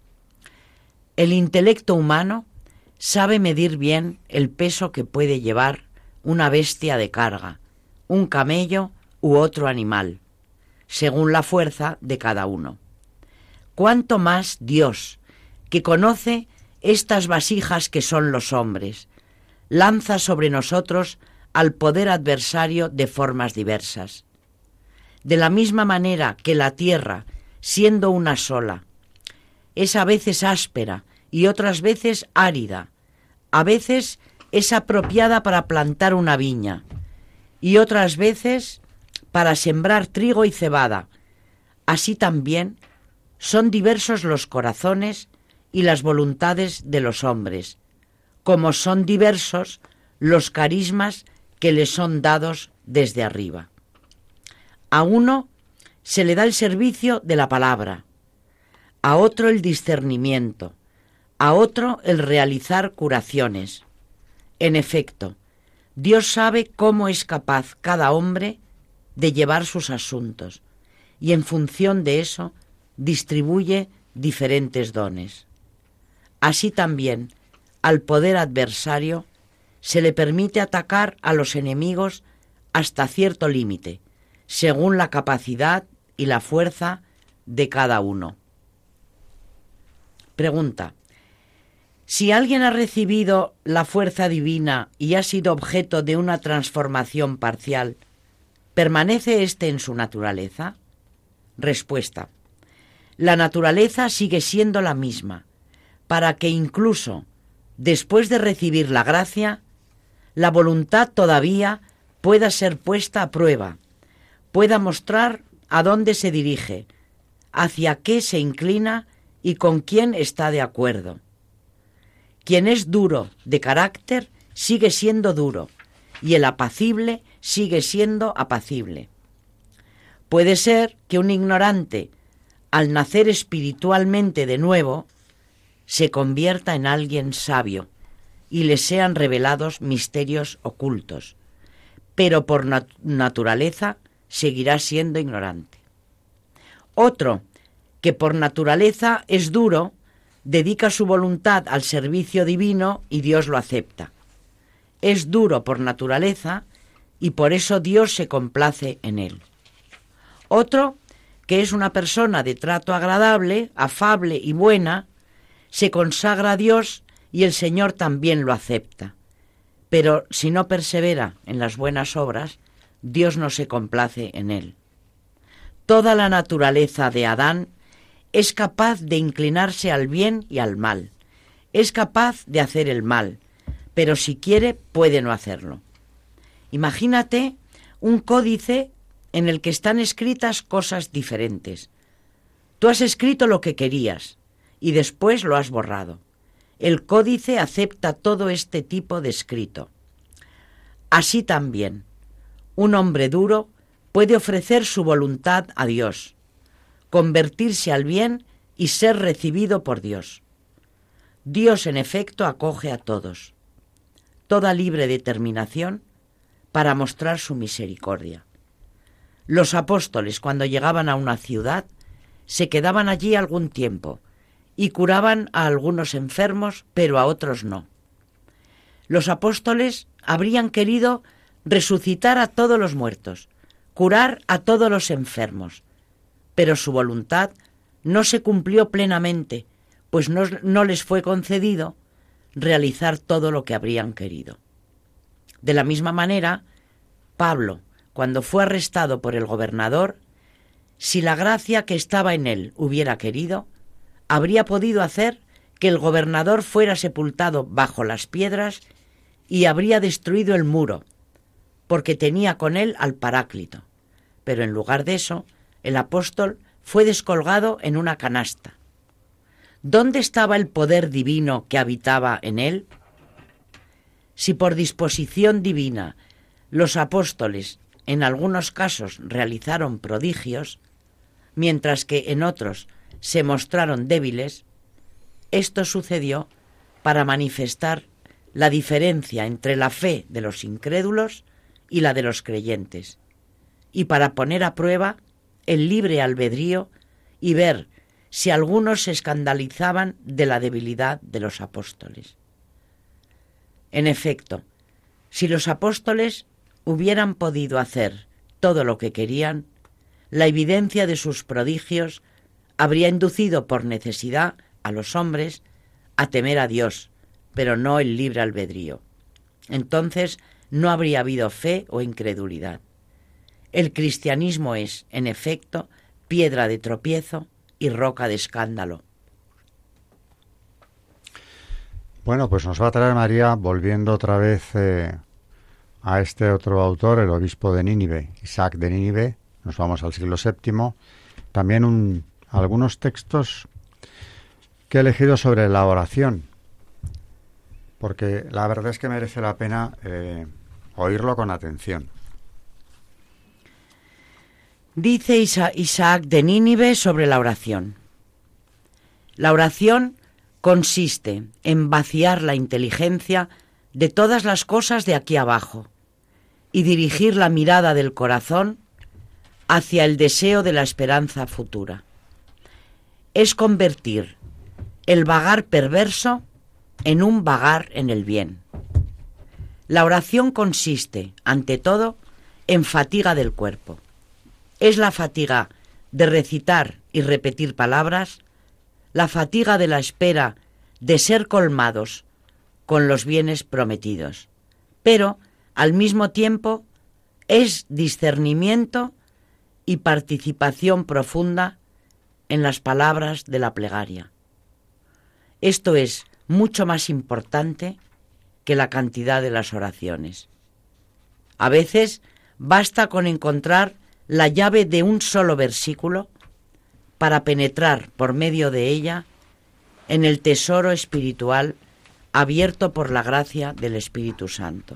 El intelecto humano sabe medir bien el peso que puede llevar una bestia de carga, un camello u otro animal, según la fuerza de cada uno. Cuánto más Dios, que conoce estas vasijas que son los hombres, lanza sobre nosotros al poder adversario de formas diversas. De la misma manera que la tierra, siendo una sola, es a veces áspera y otras veces árida, a veces es apropiada para plantar una viña y otras veces para sembrar trigo y cebada. Así también son diversos los corazones y las voluntades de los hombres, como son diversos los carismas que le son dados desde arriba. A uno se le da el servicio de la palabra, a otro el discernimiento, a otro el realizar curaciones. En efecto, Dios sabe cómo es capaz cada hombre de llevar sus asuntos y en función de eso distribuye diferentes dones. Así también, al poder adversario se le permite atacar a los enemigos hasta cierto límite, según la capacidad y la fuerza de cada uno. Pregunta: si alguien ha recibido la fuerza divina y ha sido objeto de una transformación parcial, ¿permanece éste en su naturaleza? Respuesta: la naturaleza sigue siendo la misma, para que incluso después de recibir la gracia, la voluntad todavía pueda ser puesta a prueba, pueda mostrar a dónde se dirige, hacia qué se inclina y con quién está de acuerdo. Quien es duro de carácter sigue siendo duro, y el apacible sigue siendo apacible. Puede ser que un ignorante, al nacer espiritualmente de nuevo, se convierta en alguien sabio y le sean revelados misterios ocultos, pero por nat- naturaleza seguirá siendo ignorante. Otro, que por naturaleza es duro, dedica su voluntad al servicio divino y Dios lo acepta. Es duro por naturaleza y por eso Dios se complace en él. Otro, que es una persona de trato agradable, afable y buena, se consagra a Dios y el Señor también lo acepta. Pero si no persevera en las buenas obras, Dios no se complace en él. Toda la naturaleza de Adán es capaz de inclinarse al bien y al mal. Es capaz de hacer el mal, pero si quiere puede no hacerlo. Imagínate un códice en el que están escritas cosas diferentes. Tú has escrito lo que querías y después lo has borrado. El códice acepta todo este tipo de escrito. Así también, un hombre duro puede ofrecer su voluntad a Dios, convertirse al bien y ser recibido por Dios. Dios, en efecto, acoge a todos, toda libre determinación para mostrar su misericordia. Los apóstoles, cuando llegaban a una ciudad, se quedaban allí algún tiempo y curaban a algunos enfermos, pero a otros no. Los apóstoles habrían querido resucitar a todos los muertos, curar a todos los enfermos, pero su voluntad no se cumplió plenamente, pues no, no les fue concedido realizar todo lo que habrían querido. De la misma manera, Pablo, cuando fue arrestado por el gobernador, si la gracia que estaba en él hubiera querido, habría podido hacer que el gobernador fuera sepultado bajo las piedras y habría destruido el muro, porque tenía con él al Paráclito. Pero en lugar de eso, el apóstol fue descolgado en una canasta. ¿Dónde estaba el poder divino que habitaba en él? Si por disposición divina los apóstoles en algunos casos realizaron prodigios, mientras que en otros se mostraron débiles, esto sucedió para manifestar la diferencia entre la fe de los incrédulos y la de los creyentes, y para poner a prueba el libre albedrío y ver si algunos se escandalizaban de la debilidad de los apóstoles. En efecto, si los apóstoles hubieran podido hacer todo lo que querían, la evidencia de sus prodigios habría inducido por necesidad a los hombres a temer a Dios, pero no el libre albedrío. Entonces no habría habido fe o incredulidad. El cristianismo es, en efecto, piedra de tropiezo y roca de escándalo. Bueno, pues nos va a traer María, volviendo otra vez eh, a este otro autor, el obispo de Nínive, Isaac de Nínive. Nos vamos al siglo séptimo. También un, algunos textos que he elegido sobre la oración. porque la verdad es que merece la pena eh, oírlo con atención. Dice Isa- Isaac de Nínive sobre la oración. La oración consiste en vaciar la inteligencia de todas las cosas de aquí abajo y dirigir la mirada del corazón hacia el deseo de la esperanza futura. Es convertir el vagar perverso en un vagar en el bien. La oración consiste, ante todo, en fatiga del cuerpo. Es la fatiga de recitar y repetir palabras, la fatiga de la espera de ser colmados con los bienes prometidos, pero al mismo tiempo es discernimiento y participación profunda en las palabras de la plegaria. Esto es mucho más importante que la cantidad de las oraciones. A veces basta con encontrar la llave de un solo versículo para penetrar por medio de ella en el tesoro espiritual abierto por la gracia del Espíritu Santo.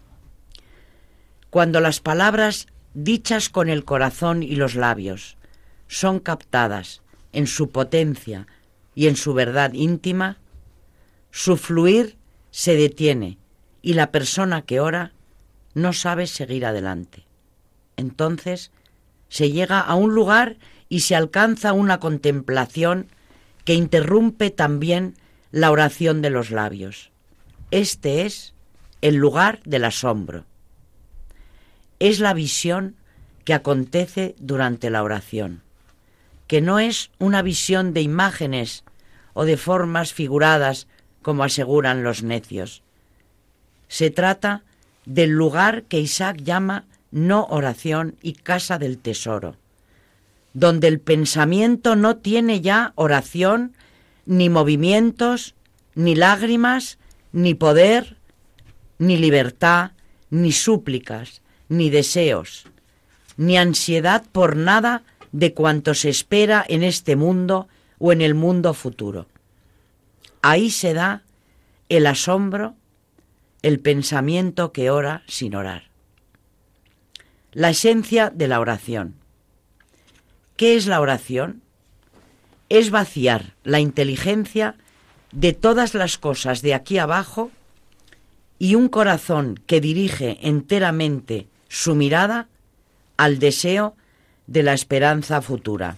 Cuando las palabras dichas con el corazón y los labios son captadas en su potencia y en su verdad íntima, su fluir se detiene y la persona que ora no sabe seguir adelante. Entonces se llega a un lugar y se alcanza una contemplación que interrumpe también la oración de los labios. Este es el lugar del asombro. Es la visión que acontece durante la oración, que no es una visión de imágenes o de formas figuradas como aseguran los necios. Se trata del lugar que Isaac llama no oración y casa del tesoro, donde el pensamiento no tiene ya oración, ni movimientos, ni lágrimas, ni poder, ni libertad, ni súplicas, ni deseos, ni ansiedad por nada de cuanto se espera en este mundo o en el mundo futuro. Ahí se da el asombro, el pensamiento que ora sin orar. La esencia de la oración. ¿Qué es la oración? Es vaciar la inteligencia de todas las cosas de aquí abajo y un corazón que dirige enteramente su mirada al deseo de la esperanza futura.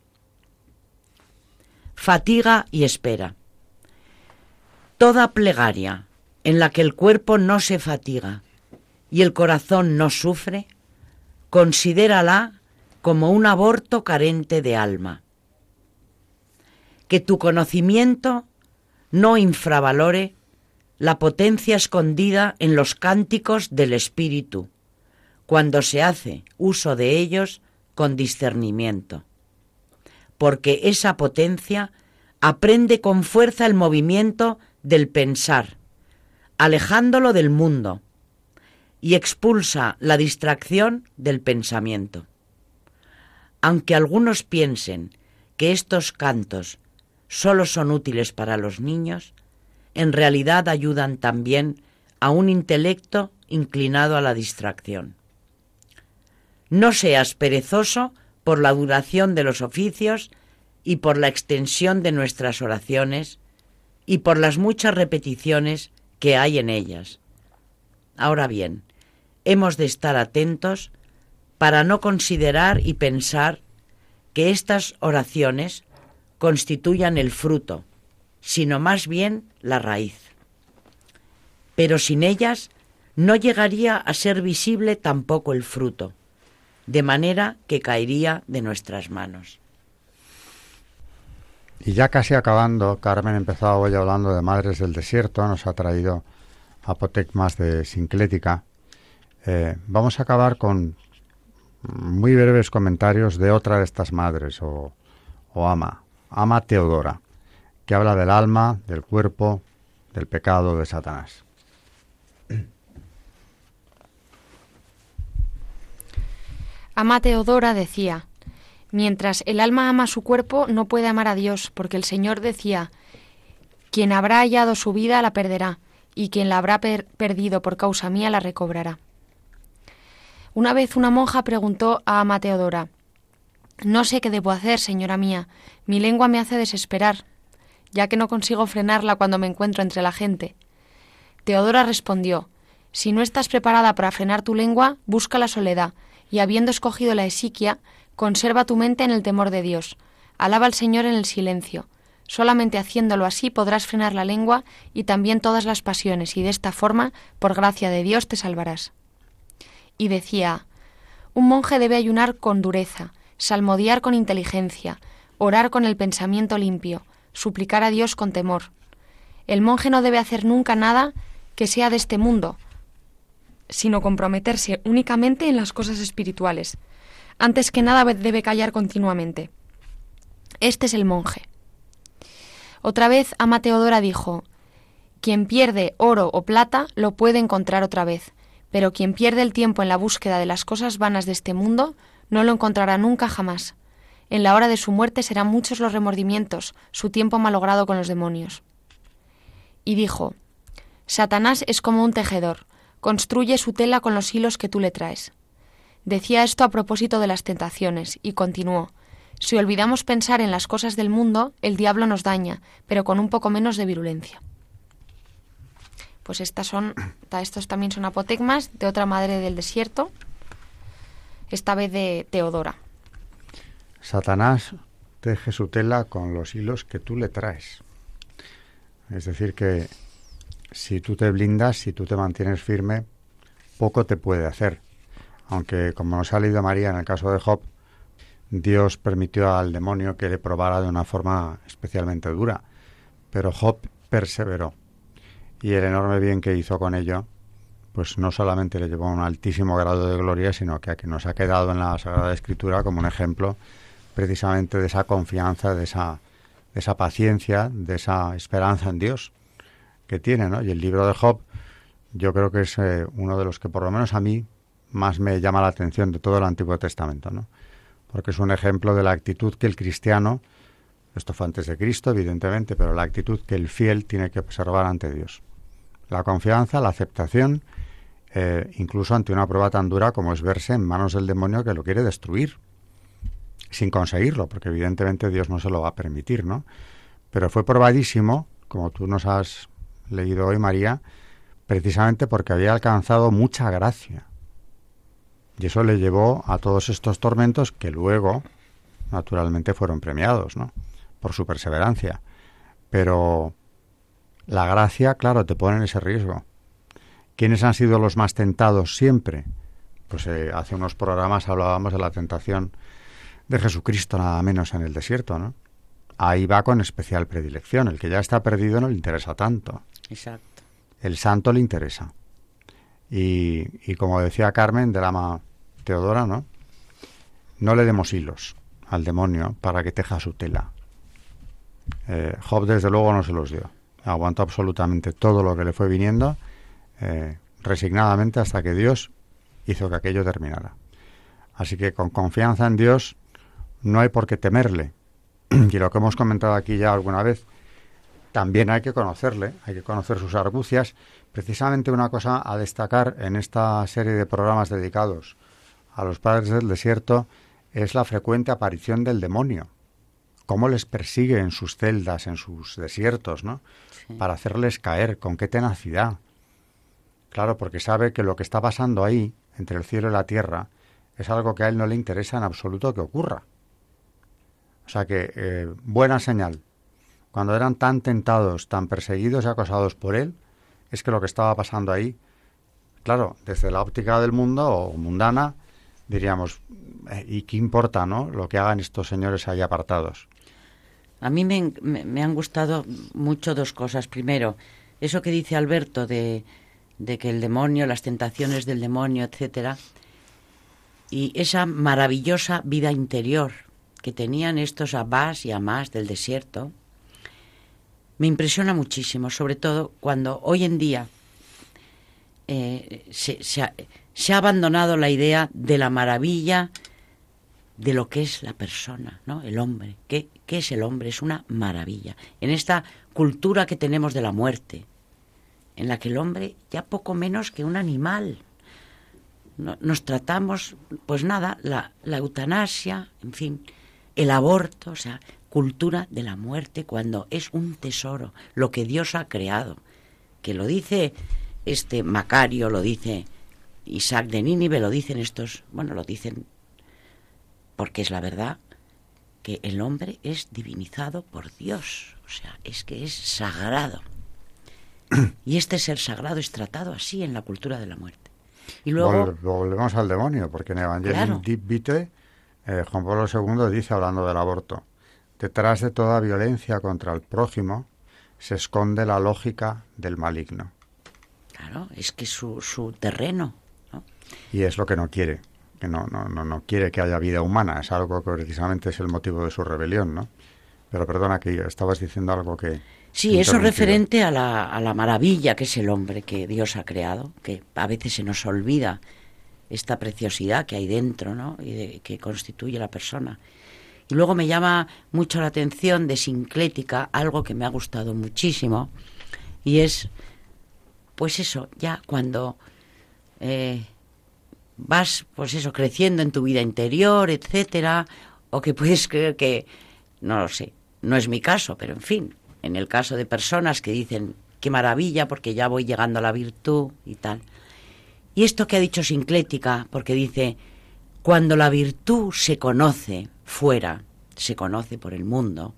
Fatiga y espera. Toda plegaria en la que el cuerpo no se fatiga y el corazón no sufre, considérala como un aborto carente de alma. Que tu conocimiento no infravalore la potencia escondida en los cánticos del Espíritu, cuando se hace uso de ellos con discernimiento, porque esa potencia aprende con fuerza el movimiento del pensar, alejándolo del mundo, y expulsa la distracción del pensamiento. Aunque algunos piensen que estos cantos solo son útiles para los niños, en realidad ayudan también a un intelecto inclinado a la distracción. No seas perezoso por la duración de los oficios y por la extensión de nuestras oraciones y por las muchas repeticiones que hay en ellas. Ahora bien, hemos de estar atentos para no considerar y pensar que estas oraciones constituyan el fruto, sino más bien la raíz. Pero sin ellas no llegaría a ser visible tampoco el fruto, de manera que caería de nuestras manos. Y ya casi acabando, Carmen empezaba hoy hablando de Madres del Desierto, nos ha traído apotegmas de Sinclética. Eh, vamos a acabar con muy breves comentarios de otra de estas madres, o, o ama, ama Teodora, que habla del alma, del cuerpo, del pecado de Satanás. Ama Teodora decía: mientras el alma ama su cuerpo, no puede amar a Dios, porque el Señor decía: quien habrá hallado su vida la perderá, y quien la habrá per- perdido por causa mía la recobrará. Una vez una monja preguntó a ama Teodora: «No sé qué debo hacer, señora mía, mi lengua me hace desesperar, ya que no consigo frenarla cuando me encuentro entre la gente». Teodora respondió: «Si no estás preparada para frenar tu lengua, busca la soledad, y habiendo escogido la esiquia, conserva tu mente en el temor de Dios. Alaba al Señor en el silencio. Solamente haciéndolo así podrás frenar la lengua y también todas las pasiones, y de esta forma, por gracia de Dios, te salvarás». Y decía: «Un monje debe ayunar con dureza, salmodiar con inteligencia, orar con el pensamiento limpio, suplicar a Dios con temor. El monje no debe hacer nunca nada que sea de este mundo, sino comprometerse únicamente en las cosas espirituales. Antes que nada debe callar continuamente. Este es el monje». Otra vez ama Teodora dijo: «Quien pierde oro o plata lo puede encontrar otra vez, pero quien pierde el tiempo en la búsqueda de las cosas vanas de este mundo no lo encontrará nunca jamás. En la hora de su muerte serán muchos los remordimientos, su tiempo malogrado con los demonios». Y dijo: «Satanás es como un tejedor, construye su tela con los hilos que tú le traes». Decía esto a propósito de las tentaciones, y continuó: «Si olvidamos pensar en las cosas del mundo, el diablo nos daña, pero con un poco menos de virulencia». Pues estas son, estos también son apotegmas de otra madre del desierto, esta vez de Teodora. Satanás teje su tela con los hilos que tú le traes. Es decir, que si tú te blindas, si tú te mantienes firme, poco te puede hacer. Aunque, como nos ha leído María en el caso de Job, Dios permitió al demonio que le probara de una forma especialmente dura. Pero Job perseveró. Y el enorme bien que hizo con ello, pues no solamente le llevó a un altísimo grado de gloria, sino que nos ha quedado en la Sagrada Escritura como un ejemplo precisamente de esa confianza, de esa, de esa paciencia, de esa esperanza en Dios que tiene, ¿no? Y el libro de Job yo creo que es eh, uno de los que por lo menos a mí más me llama la atención de todo el Antiguo Testamento, ¿no? Porque es un ejemplo de la actitud que el cristiano, esto fue antes de Cristo evidentemente, pero la actitud que el fiel tiene que observar ante Dios. La confianza, la aceptación, eh, incluso ante una prueba tan dura como es verse en manos del demonio que lo quiere destruir, sin conseguirlo, porque evidentemente Dios no se lo va a permitir, ¿no? Pero fue probadísimo, como tú nos has leído hoy, María, precisamente porque había alcanzado mucha gracia. Y eso le llevó a todos estos tormentos que luego, naturalmente, fueron premiados, ¿no? Por su perseverancia. Pero la gracia, claro, te pone en ese riesgo. ¿Quiénes han sido los más tentados siempre? Pues eh, hace unos programas hablábamos de la tentación de Jesucristo, nada menos, en el desierto, ¿no? Ahí va con especial predilección. El que ya está perdido no le interesa tanto. Exacto. El santo le interesa. Y, y como decía Carmen, del ama Teodora, ¿no? No le demos hilos al demonio para que teja su tela. Eh, Job, desde luego, no se los dio. Aguantó absolutamente todo lo que le fue viniendo, eh, resignadamente, hasta que Dios hizo que aquello terminara. Así que con confianza en Dios no hay por qué temerle. Y lo que hemos comentado aquí ya alguna vez, también hay que conocerle, hay que conocer sus argucias. Precisamente una cosa a destacar en esta serie de programas dedicados a los padres del desierto es la frecuente aparición del demonio. Cómo les persigue en sus celdas, en sus desiertos, ¿no? Sí. Para hacerles caer, con qué tenacidad. Claro, porque sabe que lo que está pasando ahí, entre el cielo y la tierra, es algo que a él no le interesa en absoluto que ocurra. O sea que, eh, buena señal. Cuando eran tan tentados, tan perseguidos y acosados por él, es que lo que estaba pasando ahí, claro, desde la óptica del mundo o mundana, diríamos, eh, ¿y qué importa, no? Lo que hagan estos señores ahí apartados. A mí me, me, me han gustado mucho dos cosas. Primero, eso que dice Alberto de, de que el demonio, las tentaciones del demonio, etcétera, y esa maravillosa vida interior que tenían estos abás y amás del desierto, me impresiona muchísimo, sobre todo cuando hoy en día eh, se, se, ha, se ha abandonado la idea de la maravilla de lo que es la persona, ¿no? El hombre. ¿Qué, qué es el hombre? Es una maravilla. En esta cultura que tenemos de la muerte, en la que el hombre ya poco menos que un animal. No, nos tratamos, pues nada, la, la eutanasia, en fin, el aborto, o sea, cultura de la muerte cuando es un tesoro, lo que Dios ha creado, que lo dice este Macario, lo dice Isaac de Nínive, lo dicen estos, bueno, lo dicen porque es la verdad, que el hombre es divinizado por Dios, o sea, es que es sagrado. Y este ser sagrado es tratado así en la cultura de la muerte. Y luego Vol- volvemos al demonio, porque en Evangelium Claro. Deep Vitae, eh, Juan Pablo segundo dice, hablando del aborto, detrás de toda violencia contra el prójimo se esconde la lógica del maligno. Claro, es que su, su terreno, ¿no? Y es lo que no quiere, que no, no, no, no quiere que haya vida humana, es algo que precisamente es el motivo de su rebelión, ¿no? Pero perdona, que estabas diciendo algo que... Sí, eso interrumpido. referente a la, a la maravilla que es el hombre que Dios ha creado, que a veces se nos olvida esta preciosidad que hay dentro, ¿no? Y de, que constituye la persona. Y luego me llama mucho la atención de Sinclética, algo que me ha gustado muchísimo, y es, pues eso, ya cuando eh, vas, pues eso, creciendo en tu vida interior, etcétera, o que puedes creer que, no lo sé, no es mi caso, pero en fin, en el caso de personas que dicen, qué maravilla, porque ya voy llegando a la virtud y tal. Y esto que ha dicho Sinclética, porque dice, cuando la virtud se conoce fuera, se conoce por el mundo,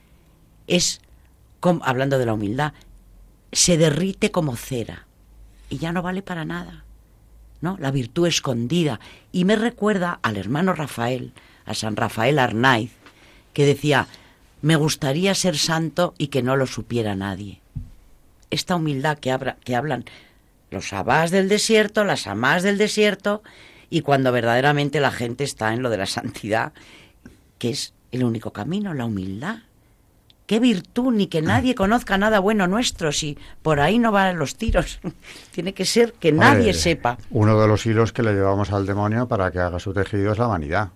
es, como, hablando de la humildad, se derrite como cera y ya no vale para nada, ¿no? La virtud escondida. Y me recuerda al hermano Rafael, a San Rafael Arnaiz, que decía, me gustaría ser santo y que no lo supiera nadie. Esta humildad que, habla, que hablan los abás del desierto, las amás del desierto, y cuando verdaderamente la gente está en lo de la santidad, que es el único camino, la humildad. ¿Qué virtud? Ni que nadie conozca nada bueno nuestro, si por ahí no van los tiros. Tiene que ser que Hombre, nadie sepa. Uno de los hilos que le llevamos al demonio para que haga su tejido es la vanidad.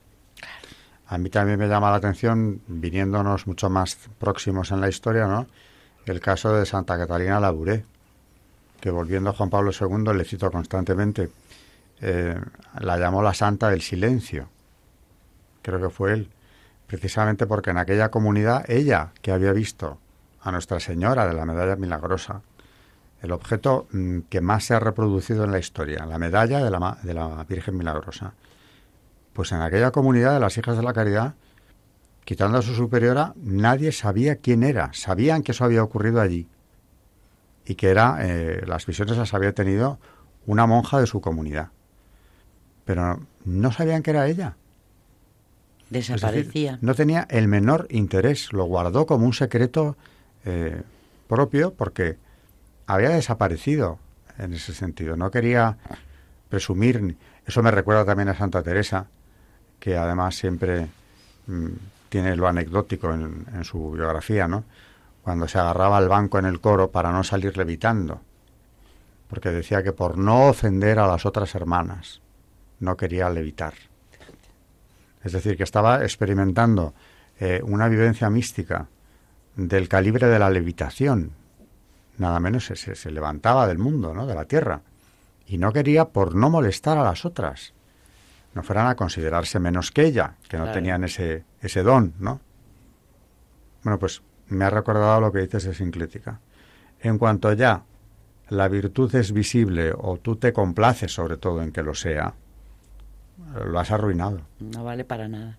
A mí también me llama la atención, viniéndonos mucho más próximos en la historia, ¿no?, el caso de Santa Catalina Labouré, que volviendo a Juan Pablo segundo, le cito constantemente, eh, la llamó la Santa del Silencio. Creo que fue él. Precisamente porque en aquella comunidad, ella, que había visto a Nuestra Señora de la Medalla Milagrosa, el objeto mmm, que más se ha reproducido en la historia, la medalla de la, de la Virgen Milagrosa, pues en aquella comunidad de las Hijas de la Caridad, quitando a su superiora, nadie sabía quién era. Sabían que eso había ocurrido allí y que era eh, las visiones las había tenido una monja de su comunidad. Pero no sabían que era ella. Desaparecía. Es decir, no tenía el menor interés, lo guardó como un secreto eh, propio porque había desaparecido en ese sentido. No quería presumir. Eso me recuerda también a Santa Teresa, que además siempre mmm, tiene lo anecdótico en, en su biografía, ¿no?, cuando se agarraba al banco en el coro para no salir levitando, porque decía que por no ofender a las otras hermanas no quería levitar. Es decir, que estaba experimentando eh, una vivencia mística del calibre de la levitación. Nada menos se, se, se levantaba del mundo, ¿no?, de la tierra. Y no quería, por no molestar a las otras, no fueran a considerarse menos que ella, que no Claro. tenían ese, ese don, ¿no? Bueno, pues me ha recordado lo que dices de Sinclética. En cuanto ya la virtud es visible o tú te complaces sobre todo en que lo sea, lo has arruinado. No vale para nada.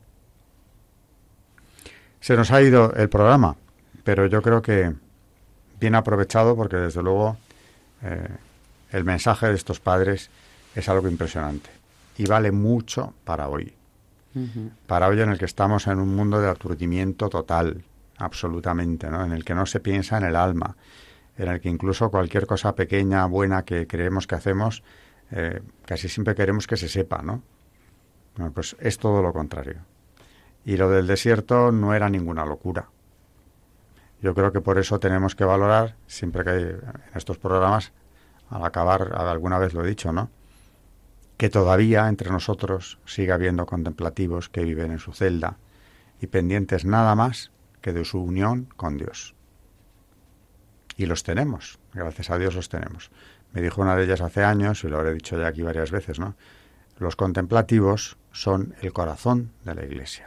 Se nos ha ido el programa, pero yo creo que bien aprovechado porque desde luego eh, el mensaje de estos padres es algo impresionante y vale mucho para hoy. Uh-huh. Para hoy en el que estamos en un mundo de aturdimiento total, absolutamente, ¿no?, en el que no se piensa en el alma, en el que incluso cualquier cosa pequeña, buena que creemos que hacemos, eh, casi siempre queremos que se sepa, ¿no? Bueno, pues es todo lo contrario. Y lo del desierto no era ninguna locura. Yo creo que por eso tenemos que valorar, siempre que hay en estos programas, al acabar, alguna vez lo he dicho, ¿no?, que todavía entre nosotros sigue habiendo contemplativos que viven en su celda y pendientes nada más que de su unión con Dios. Y los tenemos, gracias a Dios los tenemos. Me dijo una de ellas hace años, y lo habré dicho ya aquí varias veces, ¿no? Los contemplativos son el corazón de la Iglesia.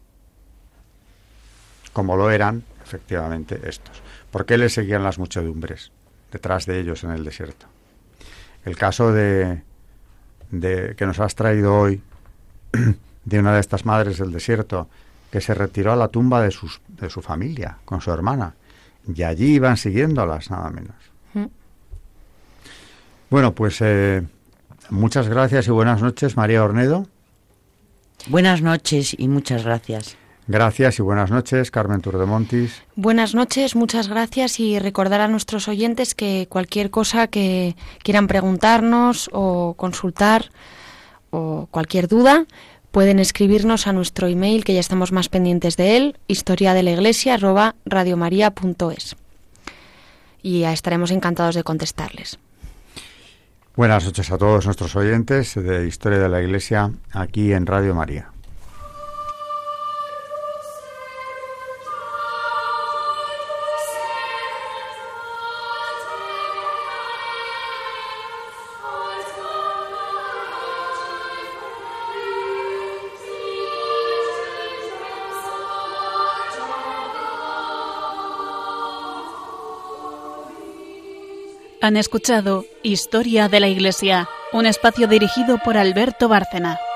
Como lo eran, efectivamente, estos. ¿Por qué les seguían las muchedumbres detrás de ellos en el desierto? El caso de, de que nos has traído hoy, de una de estas madres del desierto, que se retiró a la tumba de, sus, de su familia, con su hermana, y allí iban siguiéndolas, nada menos. ¿Mm? Bueno, pues eh, muchas gracias y buenas noches, María Ornedo. Buenas noches y muchas gracias. Gracias y buenas noches, Carmen Turdemontis. Buenas noches, muchas gracias, y recordar a nuestros oyentes que cualquier cosa que quieran preguntarnos o consultar o cualquier duda, pueden escribirnos a nuestro email, que ya estamos más pendientes de él, historia de la iglesia arroba radiomaria punto es, y estaremos encantados de contestarles. Buenas noches a todos nuestros oyentes de Historia de la Iglesia aquí en Radio María. Han escuchado Historia de la Iglesia, un espacio dirigido por Alberto Bárcena.